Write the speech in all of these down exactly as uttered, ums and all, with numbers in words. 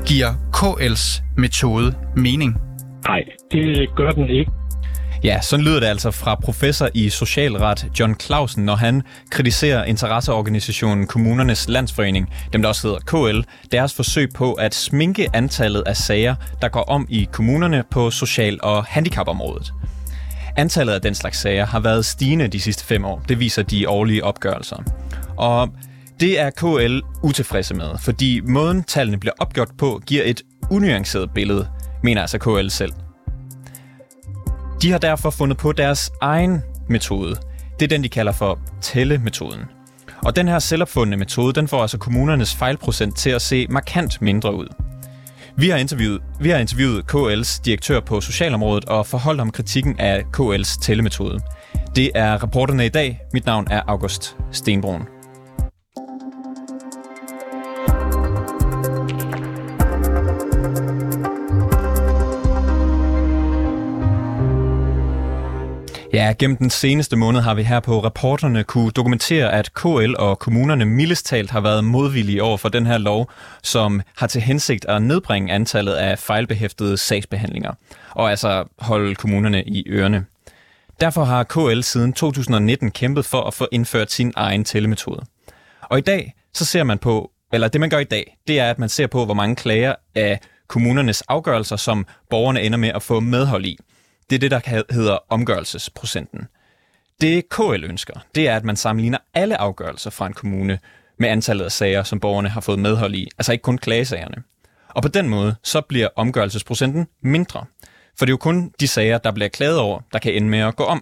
Giver K L's metode mening? Nej, det gør den ikke. Ja, sådan lyder det altså fra professor i socialret John Clausen, når han kritiserer interesseorganisationen Kommunernes Landsforening, dem der også hedder K L, deres forsøg på at sminke antallet af sager, der går om i kommunerne på social- og handicapområdet. Antallet af den slags sager har været stigende de sidste fem år. Det viser de årlige opgørelser. Og det er K L utilfredse med, fordi måden tallene bliver opgjort på giver et unuanceret billede, mener altså K L selv. De har derfor fundet på deres egen metode. Det er den, de kalder for tællemetoden. Og den her selvopfundne metode, den får altså kommunernes fejlprocent til at se markant mindre ud. Vi har interviewet, vi har interviewet K L's direktør på socialområdet og forholdt om kritikken af K L's tællemetode. Det er reporterne i dag. Mit navn er August Stenbrun. Ja, gennem den seneste måned har vi her på Reporterne kunne dokumentere, at K L og kommunerne mildest talt har været modvillige over for den her lov, som har til hensigt at nedbringe antallet af fejlbehæftede sagsbehandlinger, og altså holde kommunerne i ørerne. Derfor har K L siden to tusind og nitten kæmpet for at få indført sin egen tællemetode. Og i dag, så ser man på, eller det man gør i dag, det er, at man ser på, hvor mange klager af kommunernes afgørelser, som borgerne ender med at få medhold i. Det er det, der hedder omgørelsesprocenten. Det K L ønsker, det er, at man sammenligner alle afgørelser fra en kommune med antallet af sager, som borgerne har fået medhold i. Altså ikke kun klagesagerne. Og på den måde, så bliver omgørelsesprocenten mindre. For det er jo kun de sager, der bliver klaget over, der kan ende med at gå om.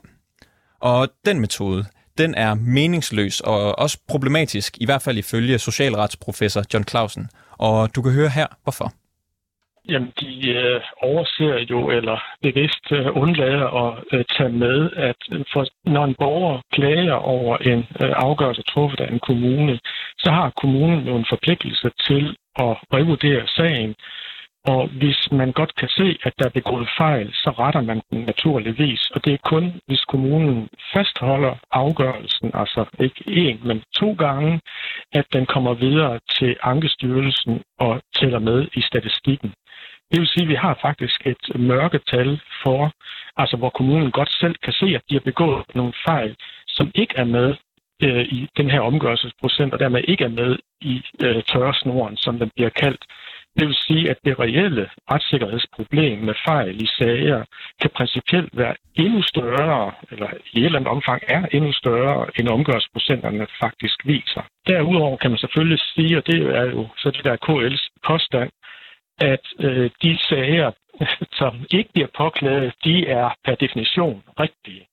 Og den metode, den er meningsløs og også problematisk, i hvert fald ifølge socialretsprofessor John Clausen. Og du kan høre her, hvorfor. Jamen, de øh, overser jo, eller bevidst øh, undlader at øh, tage med, at for, når en borger klager over en øh, afgørelse truffet af en kommune, så har kommunen jo en forpligtelse til at revurdere sagen. Og hvis man godt kan se, at der er begået fejl, så retter man den naturligvis. Og det er kun, hvis kommunen fastholder afgørelsen, altså ikke én, men to gange, at den kommer videre til Ankestyrelsen og tæller med i statistikken. Det vil sige, at vi har faktisk et mørketal for, altså hvor kommunen godt selv kan se, at de har begået nogle fejl, som ikke er med øh, i den her omgørelsesprocent, og dermed ikke er med i øh, tørresnoren, som den bliver kaldt. Det vil sige, at det reelle retssikkerhedsproblem med fejl i sager kan principielt være endnu større, eller i et eller andet omfang er endnu større, end omgørelsesprocenterne faktisk viser. Derudover kan man selvfølgelig sige, og det er jo så det der K L's påstand, at øh, de sager, som ikke bliver påklaget, de er per definition rigtige.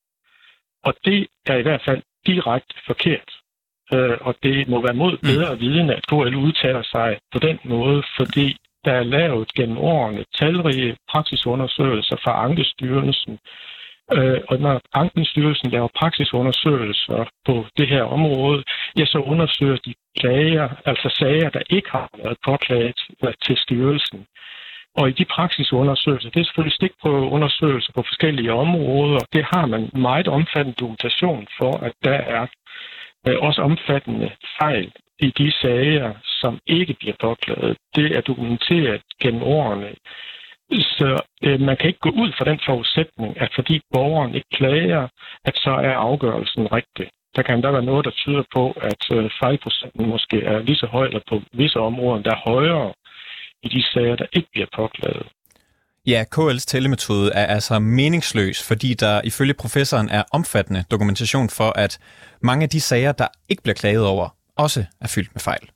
Og det er i hvert fald direkte forkert. Øh, og det må være mod bedre vidende, at K L udtaler sig på den måde, fordi der er lavet gennem årene talrige praksisundersøgelser fra Ankestyrelsen. Øh, og når Ankestyrelsen laver praksisundersøgelser på det her område, ja, så undersøger de klager, altså sager, der ikke har været påklaget til styrelsen. Og i de praksisundersøgelser, det er selvfølgelig stikprøveundersøgelser på forskellige områder, det har man meget omfattende dokumentation for, at der er øh, også omfattende fejl i de sager, som ikke bliver påklaget. Det er dokumenteret gennem årene. Så øh, man kan ikke gå ud fra den forudsætning, at fordi borgeren ikke klager, at så er afgørelsen rigtig. Der kan der være noget, der tyder på, at øh, fejlprocenten måske er lige så høj, eller på visse områder, der er højere i de sager, der ikke bliver påklaget. Ja, K L's tællemetode er altså meningsløs, fordi der ifølge professoren er omfattende dokumentation for, at mange af de sager, der ikke bliver klaget over, også er fyldt med fejl.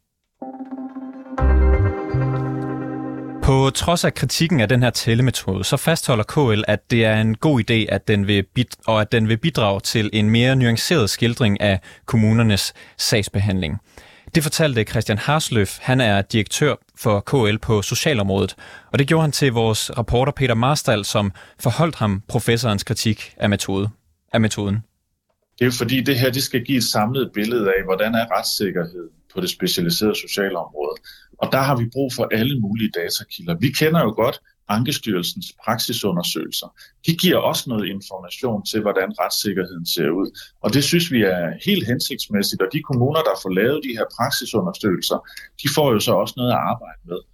På trods af kritikken af den her tællemetode, så fastholder K L, at det er en god idé, at den vil bid- og at den vil bidrage til en mere nuanceret skildring af kommunernes sagsbehandling. Det fortalte Christian Harsløf, han er direktør for K L på socialområdet, og det gjorde han til vores reporter Peter Marstal, som forholdt ham professorens kritik af, metode, af metoden. Det er jo fordi, det her det skal give et samlet billede af, hvordan er retssikkerheden på det specialiserede socialområde. Og der har vi brug for alle mulige datakilder. Vi kender jo godt Ankestyrelsens praksisundersøgelser. De giver også noget information til, hvordan retssikkerheden ser ud. Og det synes vi er helt hensigtsmæssigt. Og de kommuner, der får lavet de her praksisundersøgelser, de får jo så også noget at arbejde med.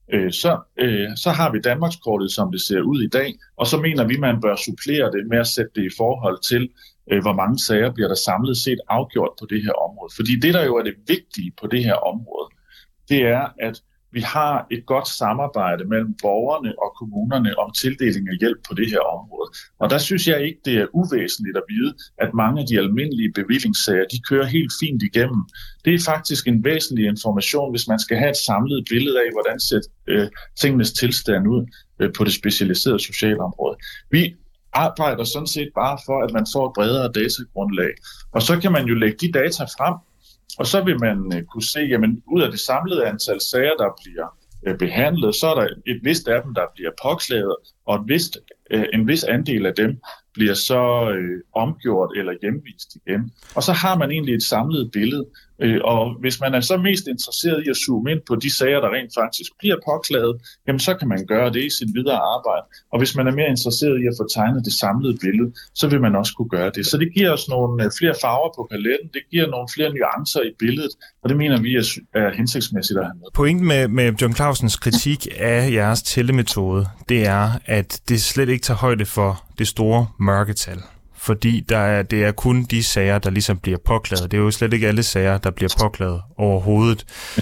øh, så, øh, så har vi Danmarkskortet, som det ser ud i dag, og så mener vi, man bør supplere det med at sætte det i forhold til, øh, hvor mange sager bliver der samlet set afgjort på det her område. Fordi det, der jo er det vigtige på det her område, det er, at vi har et godt samarbejde mellem borgerne og kommunerne om tildeling af hjælp på det her område. Og der synes jeg ikke, det er uvæsentligt at vide, at mange af de almindelige bevillingssager, de kører helt fint igennem. Det er faktisk en væsentlig information, hvis man skal have et samlet billede af, hvordan ser øh, tingenes tilstand ud øh, på det specialiserede socialområde. Vi arbejder sådan set bare for, at man får et bredere datagrundlag. Og så kan man jo lægge de data frem, og så vil man uh, kunne se, jamen ud af det samlede antal sager, der bliver uh, behandlet, så er der et vist af dem, der bliver påklaget, og et vist, uh, en vis andel af dem bliver så uh, omgjort eller hjemvist igen. Og så har man egentlig et samlet billede. Uh, og hvis man er så mest interesseret i at zoome ind på de sager, der rent faktisk bliver påklaget, jamen så kan man gøre det i sit videre arbejde. Og hvis man er mere interesseret i at få tegnet det samlede billede, så vil man også kunne gøre det. Så det giver os nogle uh, flere farver på paletten, det giver nogle flere nuancer i billedet, og det mener vi er, er hensigtsmæssigt at have med. Pointen med, med John Clausens kritik af jeres tællemetode, det er, at det slet ikke tager højde for det store mørketal. Fordi der er, det er kun de sager, der ligesom bliver påklaget. Det er jo slet ikke alle sager, der bliver påklaget overhovedet.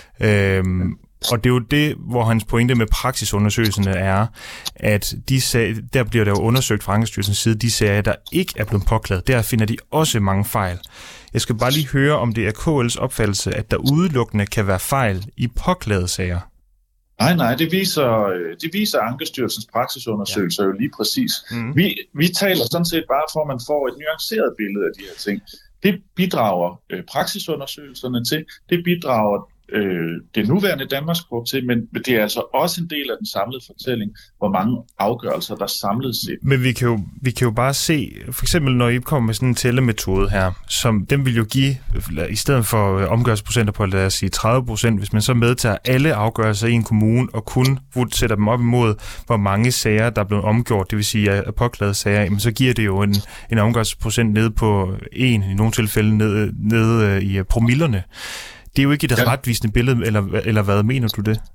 Øhm, og det er jo det, hvor hans pointe med praksisundersøgelserne er, at de sager, der bliver der jo undersøgt fra Ankestyrelsens side, de sager, der ikke er blevet påklaget, der finder de også mange fejl. Jeg skal bare lige høre, om det er K L's opfattelse, at der udelukkende kan være fejl i påklagede sager. Nej, nej, det viser, det viser Ankestyrelsens praksisundersøgelser ja. jo lige præcis. Mm. Vi, vi taler sådan set bare for, at man får et nuanceret billede af de her ting. Det bidrager øh, praksisundersøgelserne til, det bidrager øh, det nuværende Danmarkskort til, men det er altså også en del af den samlede fortælling, hvor mange afgørelser, der samlet set. Men vi kan jo, vi kan jo bare se, for eksempel når I kommer med sådan en tællemetode her, som den vil jo give, i stedet for omgørelsesprocenter på, lad os sige tredive procent, hvis man så medtager alle afgørelser i en kommune, og kun sætter dem op imod, hvor mange sager, der er blevet omgjort, det vil sige at påklagede sager, jamen, så giver det jo en, en omgørelsesprocent ned på en, i nogle tilfælde ned, ned i promillerne. Det er jo ikke et ja. retvisende billede, eller, eller hvad mener du det?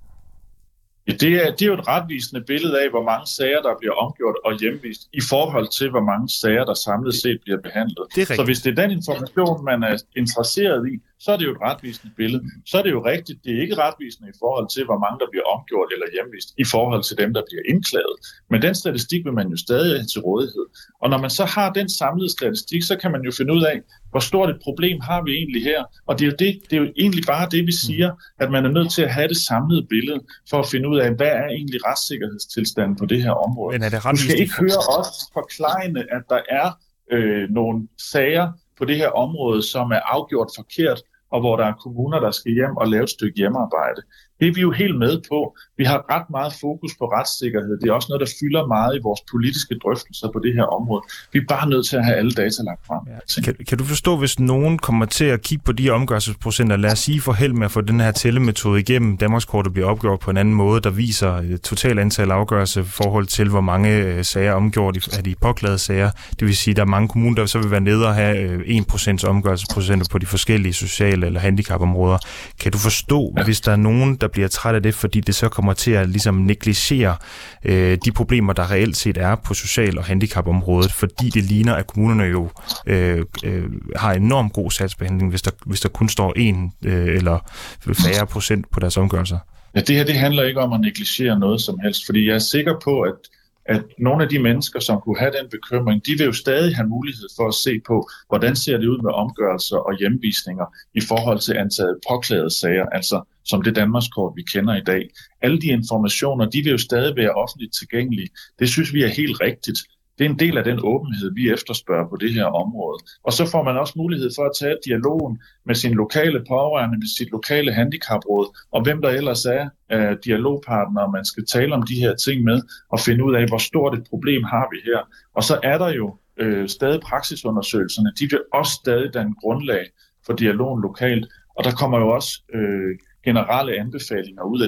Ja, det, er, det er jo et retvisende billede af, hvor mange sager, der bliver omgjort og hjemvist, i forhold til, hvor mange sager, der samlet set bliver behandlet. Så hvis det er den information, man er interesseret i, så er det jo et retvisende billede. Så er det jo rigtigt, det er ikke retvisende i forhold til, hvor mange, der bliver omgjort eller hjemvist, i forhold til dem, der bliver indklaget. Men den statistik vil man jo stadig have til rådighed. Og når man så har den samlede statistik, så kan man jo finde ud af, hvor stort et problem har vi egentlig her. Og det er jo, det, det er jo egentlig bare det, vi siger, at man er nødt til at have det samlede billede, for at finde ud af, hvad er egentlig retssikkerhedstilstanden på det her område. Men er det du skal ikke høre os forklejende, at der er øh, nogle sager på det her område, som er afgjort forkert, og hvor der er kommuner, der skal hjem og lave et stykke hjemmearbejde. Det er vi jo helt med på. Vi har ret meget fokus på retssikkerhed. Det er også noget, der fylder meget i vores politiske drøftelser på det her område. Vi er bare nødt til at have alle data lagt frem. Ja. Kan, kan du forstå, hvis nogen kommer til at kigge på de omgørelsesprocenter, lad os sige for held med at få den her tællemetode igennem, Danmarkskortet bliver opgjort på en anden måde, der viser et totalt antal afgørelser i forhold til, hvor mange sager omgjort af de påklagede sager. Det vil sige, at der er mange kommuner, der så vil være nede og have en procent omgørelsesprocenter på de forskellige sociale eller handicapområder. Kan du forstå, ja. hvis der er nogen, der bliver træt af det, fordi det så kommer til at ligesom negligere øh, de problemer, der reelt set er på social- og handicapområdet, fordi det ligner, at kommunerne jo øh, øh, har enormt god sagsbehandling, hvis der, hvis der kun står en øh, eller færre procent på deres omgørelser. Ja, det her det handler ikke om at negligere noget som helst, fordi jeg er sikker på, at at nogle af de mennesker, som kunne have den bekymring, de vil jo stadig have mulighed for at se på, hvordan ser det ud med omgørelser og hjemvisninger i forhold til antallet påklagede sager, altså som det Danmarkskort, vi kender i dag. Alle de informationer, de vil jo stadig være offentligt tilgængelige. Det synes vi er helt rigtigt. Det er en del af den åbenhed, vi efterspørger på det her område. Og så får man også mulighed for at tage dialogen med sin lokale pårørende, med sit lokale handicapråd, og hvem der ellers er af dialogpartnere, man skal tale om de her ting med, og finde ud af, hvor stort et problem har vi her. Og så er der jo øh, stadig praksisundersøgelserne. De vil også stadig danne grundlag for dialogen lokalt. Og der kommer jo også øh, generelle anbefalinger ud af de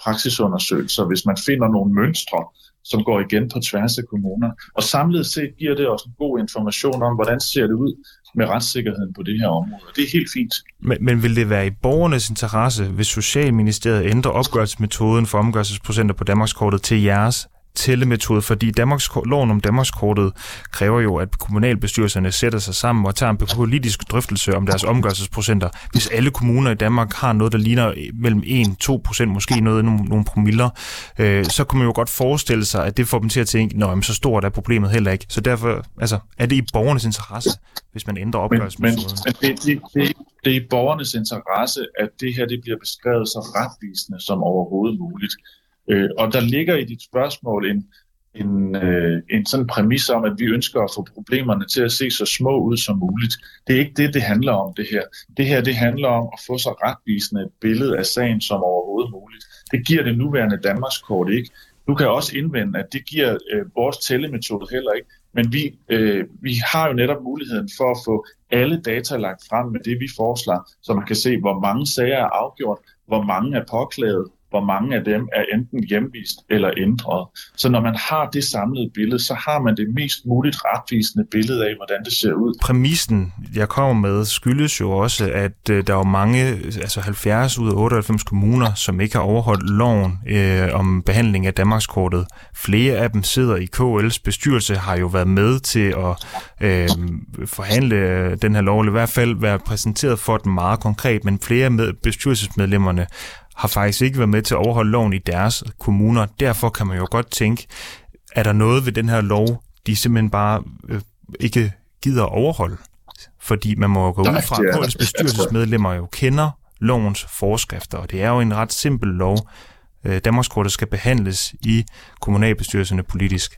praksisundersøgelser, hvis man finder nogle mønstre, som går igen på tværs af kommuner. Og samlet set giver det også en god information om, hvordan ser det ud med retssikkerheden på det her område. Det er helt fint. Men, men vil det være i borgernes interesse, hvis Socialministeriet ændrer opgørelsesmetoden for omgørelsesprocenter på Danmarkskortet til jeres tællemetode? Fordi Danmarks, loven om Danmarkskortet kræver jo, at kommunalbestyrelserne sætter sig sammen og tager en politisk drøftelse om deres omgørelsesprocenter. Hvis alle kommuner i Danmark har noget, der ligner mellem en til to procent, måske noget, nogle, nogle promiller, øh, så kan man jo godt forestille sig, at det får dem til at tænke, nå, så stort er problemet heller ikke. Så derfor altså, er det i borgernes interesse, hvis man ændrer opgørelsesmetoden. Men, men det, det, det, det er i borgernes interesse, at det her det bliver beskrevet så retvisende som overhovedet muligt. Øh, og der ligger i dit spørgsmål en, en, øh, en sådan præmis om, at vi ønsker at få problemerne til at se så små ud som muligt. Det er ikke det, det handler om, det her. Det her, det handler om at få så retvisende et billede af sagen som overhovedet muligt. Det giver det nuværende Danmarkskort ikke. Du kan også indvende, at det giver øh, vores tællemetode heller ikke. Men vi, øh, vi har jo netop muligheden for at få alle data lagt frem med det, vi foreslår, så man kan se, hvor mange sager er afgjort, hvor mange er påklaget, hvor mange af dem er enten hjemvist eller ændret. Så når man har det samlede billede, så har man det mest muligt retvisende billede af, hvordan det ser ud. Præmissen, jeg kommer med, skyldes jo også, at øh, der er mange, altså halvfjerds ud af otteoghalvfems kommuner, som ikke har overholdt loven øh, om behandling af Danmarkskortet. Flere af dem sidder i K L's bestyrelse, har jo været med til at øh, forhandle den her lov, eller i hvert fald være præsenteret for den meget konkret, men flere med bestyrelsesmedlemmerne har faktisk ikke været med til at overholde loven i deres kommuner. Derfor kan man jo godt tænke, er der noget ved den her lov, de simpelthen bare øh, ikke gider overholde? Fordi man må jo gå ud fra, at K L's bestyrelsesmedlemmer jo kender lovens forskrifter, og det er jo en ret simpel lov. Øh, Danmarkskortet skal behandles i kommunalbestyrelserne politisk.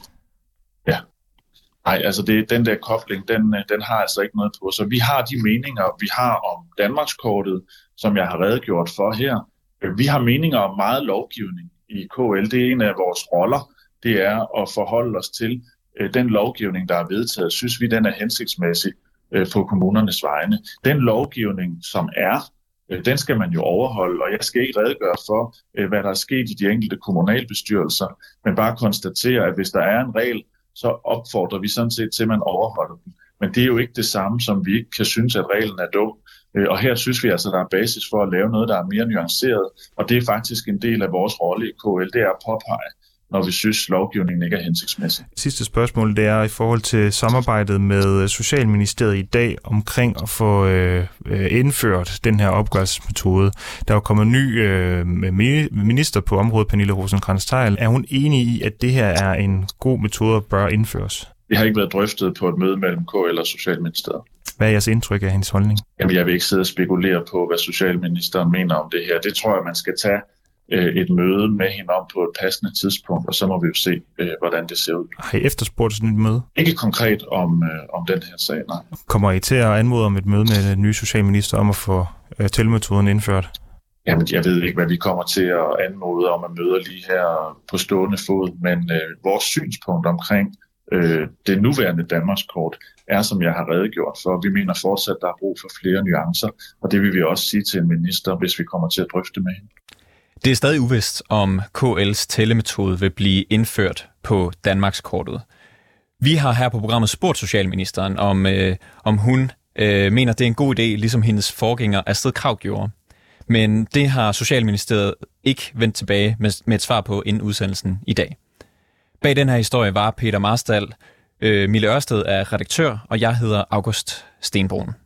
Ja. Nej, altså det, den der kobling, den, den har altså ikke noget på. Så vi har de meninger, vi har om Danmarkskortet, som jeg har redegjort for her. Vi har meninger om meget lovgivning i K L. Det er en af vores roller. Det er at forholde os til den lovgivning, der er vedtaget. Synes vi, den er hensigtsmæssig på kommunernes vegne. Den lovgivning, som er, den skal man jo overholde, og jeg skal ikke redegøre for, hvad der er sket i de enkelte kommunalbestyrelser, men bare konstatere, at hvis der er en regel, så opfordrer vi sådan set til, at man overholder den. Men det er jo ikke det samme, som vi ikke kan synes, at reglen er dum. Og her synes vi altså, at der er basis for at lave noget, der er mere nuanceret. Og det er faktisk en del af vores rolle i K L, det er at påpege, når vi synes, lovgivningen ikke er hensigtsmæssig. Sidste spørgsmål, det er i forhold til samarbejdet med Socialministeriet i dag omkring at få øh, indført den her opgørelsesmetode. Der er jo kommet en ny øh, minister på området, Pernille Rosenkrantz-Theil. Er hun enig i, at det her er en god metode, at bør indføres? Det har ikke været drøftet på et møde mellem K L og Socialministeriet. Hvad er jeres indtryk af hendes holdning? Jamen, jeg vil ikke sidde og spekulere på, hvad Socialministeren mener om det her. Det tror jeg, man skal tage et møde med hende om på et passende tidspunkt, og så må vi jo se, hvordan det ser ud. Har I efterspurgt sådan et møde? Ikke konkret om, om den her sag, nej. Kommer I til at anmode om et møde med den nye socialminister om at få tællemetoden indført? Jamen, jeg ved ikke, hvad vi kommer til at anmode om at møde lige her på stående fod, men øh, vores synspunkt omkring øh, det nuværende Danmarkskort er, som jeg har redegjort for. Vi mener fortsat, at der er brug for flere nuancer, og det vil vi også sige til en minister, hvis vi kommer til at drøfte med hende. Det er stadig uvist, om K L's tællemetode vil blive indført på Danmarkskortet. Vi har her på programmet spurgt socialministeren, om, øh, om hun øh, mener, det er en god idé, ligesom hendes forgænger Astrid Krag gjorde. Men det har Socialministeriet ikke vendt tilbage med, med et svar på inden udsendelsen i dag. Bag den her historie var Peter Marstal, øh, Mille Ørsted er redaktør, og jeg hedder August Stenbrun.